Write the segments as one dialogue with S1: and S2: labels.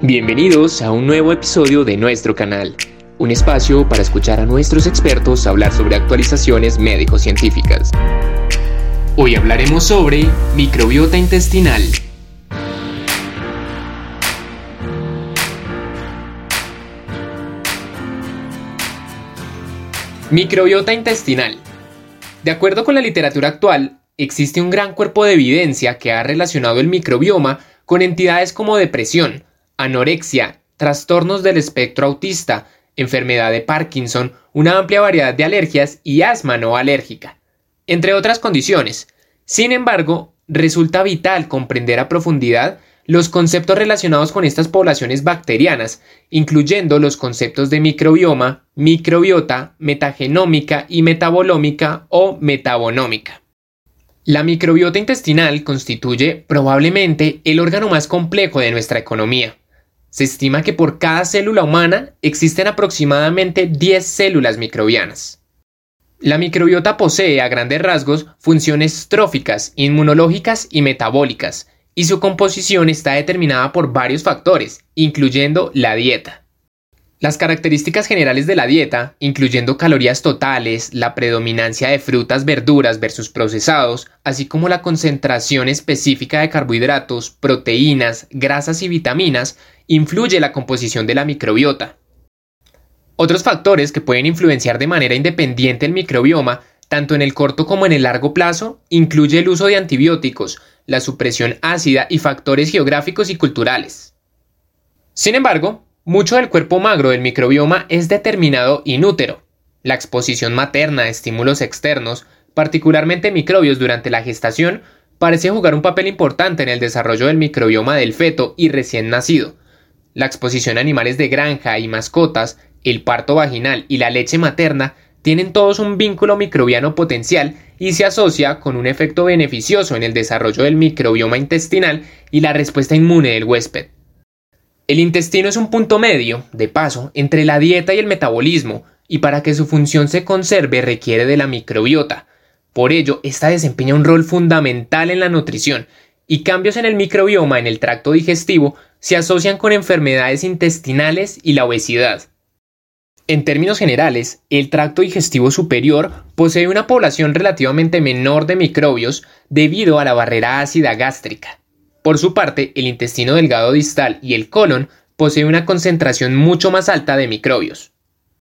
S1: Bienvenidos a un nuevo episodio de nuestro canal, un espacio para escuchar a nuestros expertos hablar sobre actualizaciones médico-científicas. Hoy hablaremos sobre microbiota intestinal. Microbiota intestinal. De acuerdo con la literatura actual, existe un gran cuerpo de evidencia que ha relacionado el microbioma con entidades como depresión, anorexia, trastornos del espectro autista, enfermedad de Parkinson, una amplia variedad de alergias y asma no alérgica, entre otras condiciones. Sin embargo, resulta vital comprender a profundidad los conceptos relacionados con estas poblaciones bacterianas, incluyendo los conceptos de microbioma, microbiota, metagenómica y metabolómica o metabonómica. La microbiota intestinal constituye probablemente el órgano más complejo de nuestra economía. Se estima que por cada célula humana existen aproximadamente 10 células microbianas. La microbiota posee, a grandes rasgos, funciones tróficas, inmunológicas y metabólicas, y su composición está determinada por varios factores, incluyendo la dieta. Las características generales de la dieta, incluyendo calorías totales, la predominancia de frutas, verduras versus procesados, así como la concentración específica de carbohidratos, proteínas, grasas y vitaminas, influye la composición de la microbiota. Otros factores que pueden influenciar de manera independiente el microbioma, tanto en el corto como en el largo plazo, incluye el uso de antibióticos, la supresión ácida y factores geográficos y culturales. Sin embargo, mucho del cuerpo magro del microbioma es determinado in útero. La exposición materna a estímulos externos, particularmente microbios durante la gestación, parece jugar un papel importante en el desarrollo del microbioma del feto y recién nacido. La exposición a animales de granja y mascotas, el parto vaginal y la leche materna tienen todos un vínculo microbiano potencial y se asocia con un efecto beneficioso en el desarrollo del microbioma intestinal y la respuesta inmune del huésped. El intestino es un punto medio, de paso, entre la dieta y el metabolismo, y para que su función se conserve requiere de la microbiota. Por ello, esta desempeña un rol fundamental en la nutrición, y cambios en el microbioma en el tracto digestivo se asocian con enfermedades intestinales y la obesidad. En términos generales, el tracto digestivo superior posee una población relativamente menor de microbios debido a la barrera ácida gástrica. Por su parte, el intestino delgado distal y el colon poseen una concentración mucho más alta de microbios.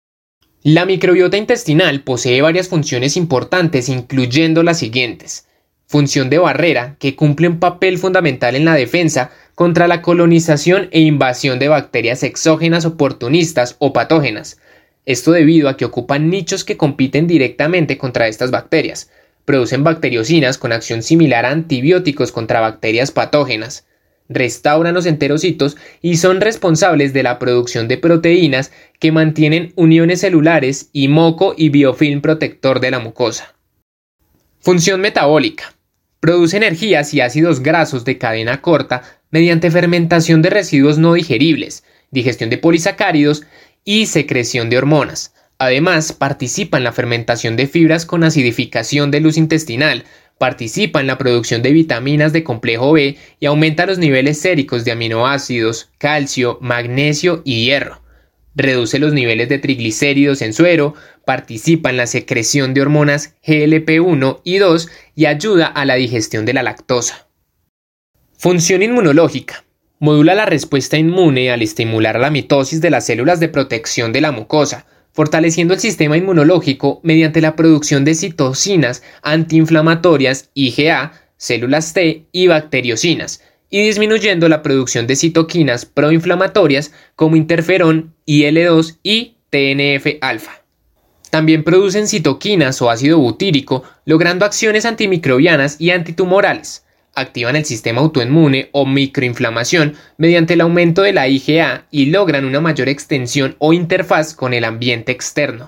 S1: La microbiota intestinal posee varias funciones importantes, incluyendo las siguientes. Función de barrera, que cumple un papel fundamental en la defensa contra la colonización e invasión de bacterias exógenas oportunistas o patógenas. Esto debido a que ocupan nichos que compiten directamente contra estas bacterias. Producen bacteriocinas con acción similar a antibióticos contra bacterias patógenas. Restauran los enterocitos y son responsables de la producción de proteínas que mantienen uniones celulares y moco y biofilm protector de la mucosa. Función metabólica. Produce energías y ácidos grasos de cadena corta mediante fermentación de residuos no digeribles, digestión de polisacáridos y secreción de hormonas. Además, participa en la fermentación de fibras con acidificación de luz intestinal, participa en la producción de vitaminas de complejo B y aumenta los niveles séricos de aminoácidos, calcio, magnesio y hierro. Reduce los niveles de triglicéridos en suero, participa en la secreción de hormonas GLP-1 y 2 y ayuda a la digestión de la lactosa. Función inmunológica. Modula la respuesta inmune al estimular la mitosis de las células de protección de la mucosa, fortaleciendo el sistema inmunológico mediante la producción de citocinas antiinflamatorias IgA, células T y bacteriocinas, y disminuyendo la producción de citoquinas proinflamatorias como interferón, IL-2 y TNF-alfa. También producen citoquinas o ácido butírico, logrando acciones antimicrobianas y antitumorales. Activan el sistema autoinmune o microinflamación mediante el aumento de la IgA y logran una mayor extensión o interfaz con el ambiente externo.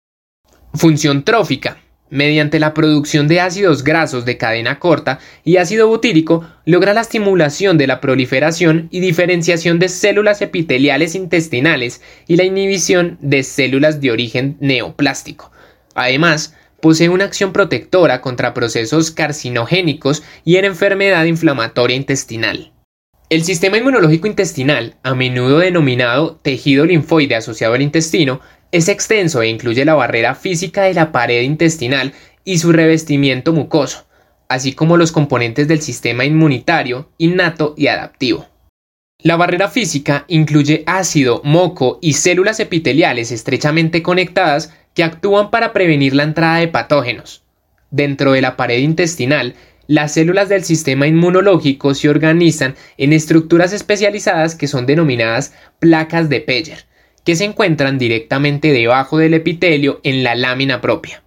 S1: Función trófica. Mediante la producción de ácidos grasos de cadena corta y ácido butírico, logra la estimulación de la proliferación y diferenciación de células epiteliales intestinales y la inhibición de células de origen neoplástico. Además, posee una acción protectora contra procesos carcinogénicos y en enfermedad inflamatoria intestinal. El sistema inmunológico intestinal, a menudo denominado tejido linfoide asociado al intestino, es extenso e incluye la barrera física de la pared intestinal y su revestimiento mucoso, así como los componentes del sistema inmunitario innato y adaptivo. La barrera física incluye ácido, moco y células epiteliales estrechamente conectadas que actúan para prevenir la entrada de patógenos. Dentro de la pared intestinal, las células del sistema inmunológico se organizan en estructuras especializadas que son denominadas placas de Peyer, que se encuentran directamente debajo del epitelio en la lámina propia.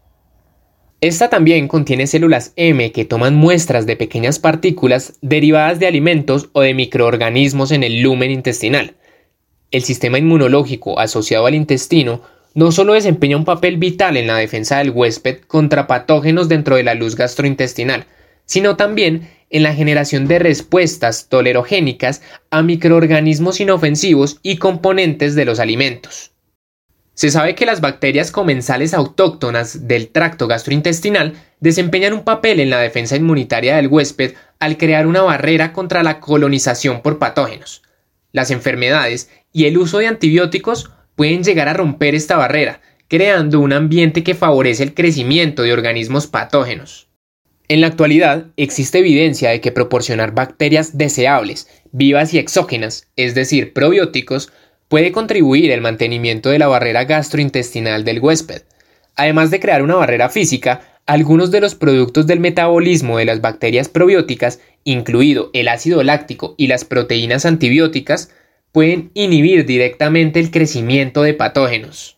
S1: Esta también contiene células M que toman muestras de pequeñas partículas derivadas de alimentos o de microorganismos en el lumen intestinal. El sistema inmunológico asociado al intestino no solo desempeña un papel vital en la defensa del huésped contra patógenos dentro de la luz gastrointestinal, sino también en la generación de respuestas tolerogénicas a microorganismos inofensivos y componentes de los alimentos. Se sabe que las bacterias comensales autóctonas del tracto gastrointestinal desempeñan un papel en la defensa inmunitaria del huésped al crear una barrera contra la colonización por patógenos. Las enfermedades y el uso de antibióticos pueden llegar a romper esta barrera, creando un ambiente que favorece el crecimiento de organismos patógenos. En la actualidad, existe evidencia de que proporcionar bacterias deseables, vivas y exógenas, es decir, probióticos, puede contribuir al mantenimiento de la barrera gastrointestinal del huésped. Además de crear una barrera física, algunos de los productos del metabolismo de las bacterias probióticas, incluido el ácido láctico y las proteínas antibióticas, pueden inhibir directamente el crecimiento de patógenos.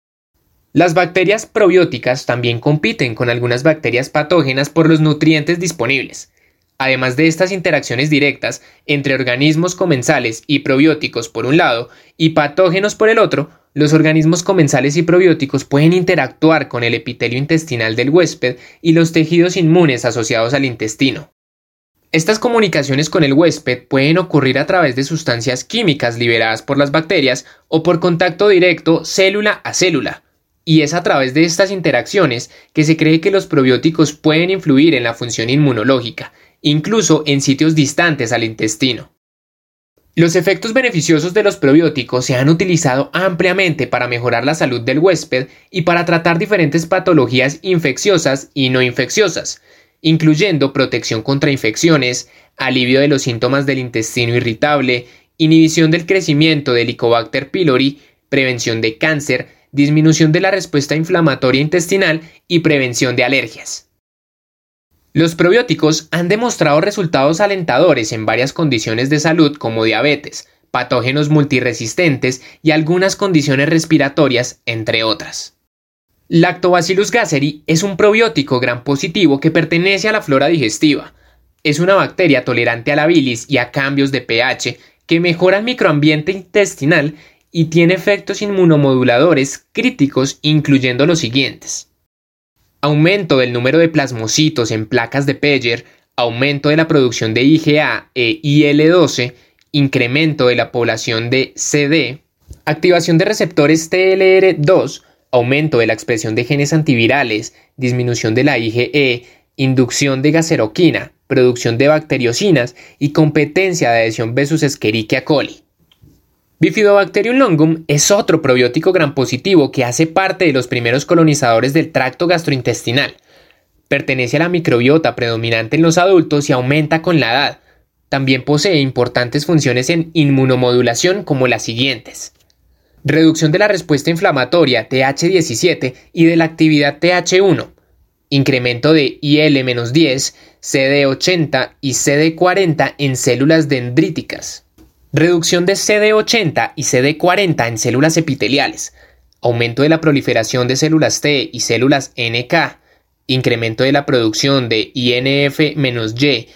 S1: Las bacterias probióticas también compiten con algunas bacterias patógenas por los nutrientes disponibles. Además de estas interacciones directas entre organismos comensales y probióticos por un lado y patógenos por el otro, los organismos comensales y probióticos pueden interactuar con el epitelio intestinal del huésped y los tejidos inmunes asociados al intestino. Estas comunicaciones con el huésped pueden ocurrir a través de sustancias químicas liberadas por las bacterias o por contacto directo célula a célula, y es a través de estas interacciones que se cree que los probióticos pueden influir en la función inmunológica, incluso en sitios distantes al intestino. Los efectos beneficiosos de los probióticos se han utilizado ampliamente para mejorar la salud del huésped y para tratar diferentes patologías infecciosas y no infecciosas, incluyendo protección contra infecciones, alivio de los síntomas del intestino irritable, inhibición del crecimiento del Helicobacter pylori, prevención de cáncer, disminución de la respuesta inflamatoria intestinal y prevención de alergias. Los probióticos han demostrado resultados alentadores en varias condiciones de salud como diabetes, patógenos multiresistentes y algunas condiciones respiratorias, entre otras. Lactobacillus gasseri es un probiótico gram positivo que pertenece a la flora digestiva. Es una bacteria tolerante a la bilis y a cambios de pH que mejora el microambiente intestinal y tiene efectos inmunomoduladores críticos, incluyendo los siguientes: aumento del número de plasmocitos en placas de Peyer, aumento de la producción de IgA e IL-12, incremento de la población de CD, activación de receptores TLR2, aumento de la expresión de genes antivirales, disminución de la IgE, inducción de gaseroquina, producción de bacteriocinas y competencia de adhesión versus Escherichia coli. Bifidobacterium longum es otro probiótico gram positivo que hace parte de los primeros colonizadores del tracto gastrointestinal. Pertenece a la microbiota predominante en los adultos y aumenta con la edad. También posee importantes funciones en inmunomodulación como las siguientes: reducción de la respuesta inflamatoria TH17 y de la actividad TH1, incremento de IL-10, CD80 y CD40 en células dendríticas. Reducción de CD80 y CD40 en células epiteliales, aumento de la proliferación de células T y células NK, incremento de la producción de INF-Y,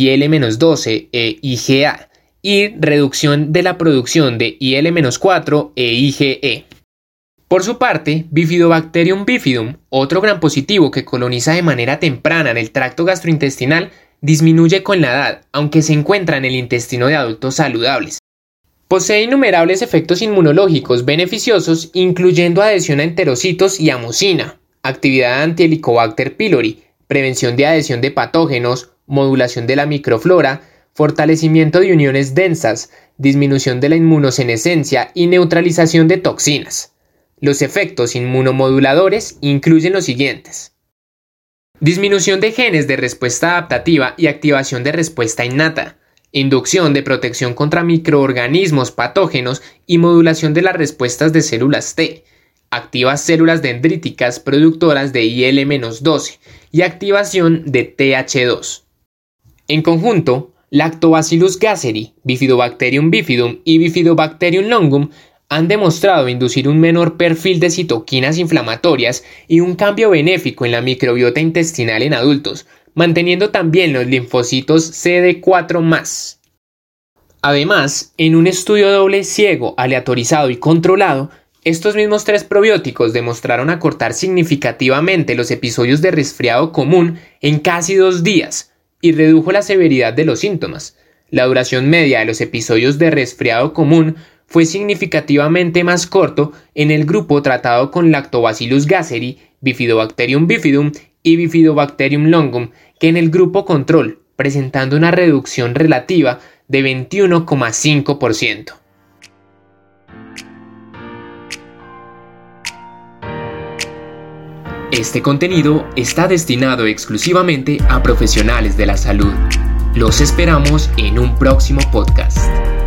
S1: IL-12 e IgA, y reducción de la producción de IL-4 e IgE. Por su parte, Bifidobacterium bifidum, otro gram positivo que coloniza de manera temprana en el tracto gastrointestinal, disminuye con la edad, aunque se encuentra en el intestino de adultos saludables. Posee innumerables efectos inmunológicos beneficiosos, incluyendo adhesión a enterocitos y a mucina, actividad anti-Helicobacter pylori, prevención de adhesión de patógenos, modulación de la microflora, fortalecimiento de uniones densas, disminución de la inmunosenescencia y neutralización de toxinas. Los efectos inmunomoduladores incluyen los siguientes: disminución de genes de respuesta adaptativa y activación de respuesta innata, inducción de protección contra microorganismos patógenos y modulación de las respuestas de células T, activas células dendríticas productoras de IL-12 y activación de TH2. En conjunto, Lactobacillus gasseri, Bifidobacterium bifidum y Bifidobacterium longum han demostrado inducir un menor perfil de citoquinas inflamatorias y un cambio benéfico en la microbiota intestinal en adultos, manteniendo también los linfocitos CD4+. Además, en un estudio doble ciego, aleatorizado y controlado, estos mismos 3 probióticos demostraron acortar significativamente los episodios de resfriado común en casi 2 días y redujo la severidad de los síntomas. La duración media de los episodios de resfriado común fue significativamente más corto en el grupo tratado con Lactobacillus gasseri, Bifidobacterium bifidum y Bifidobacterium longum que en el grupo control, presentando una reducción relativa de 21,5%. Este contenido está destinado exclusivamente a profesionales de la salud. Los esperamos en un próximo podcast.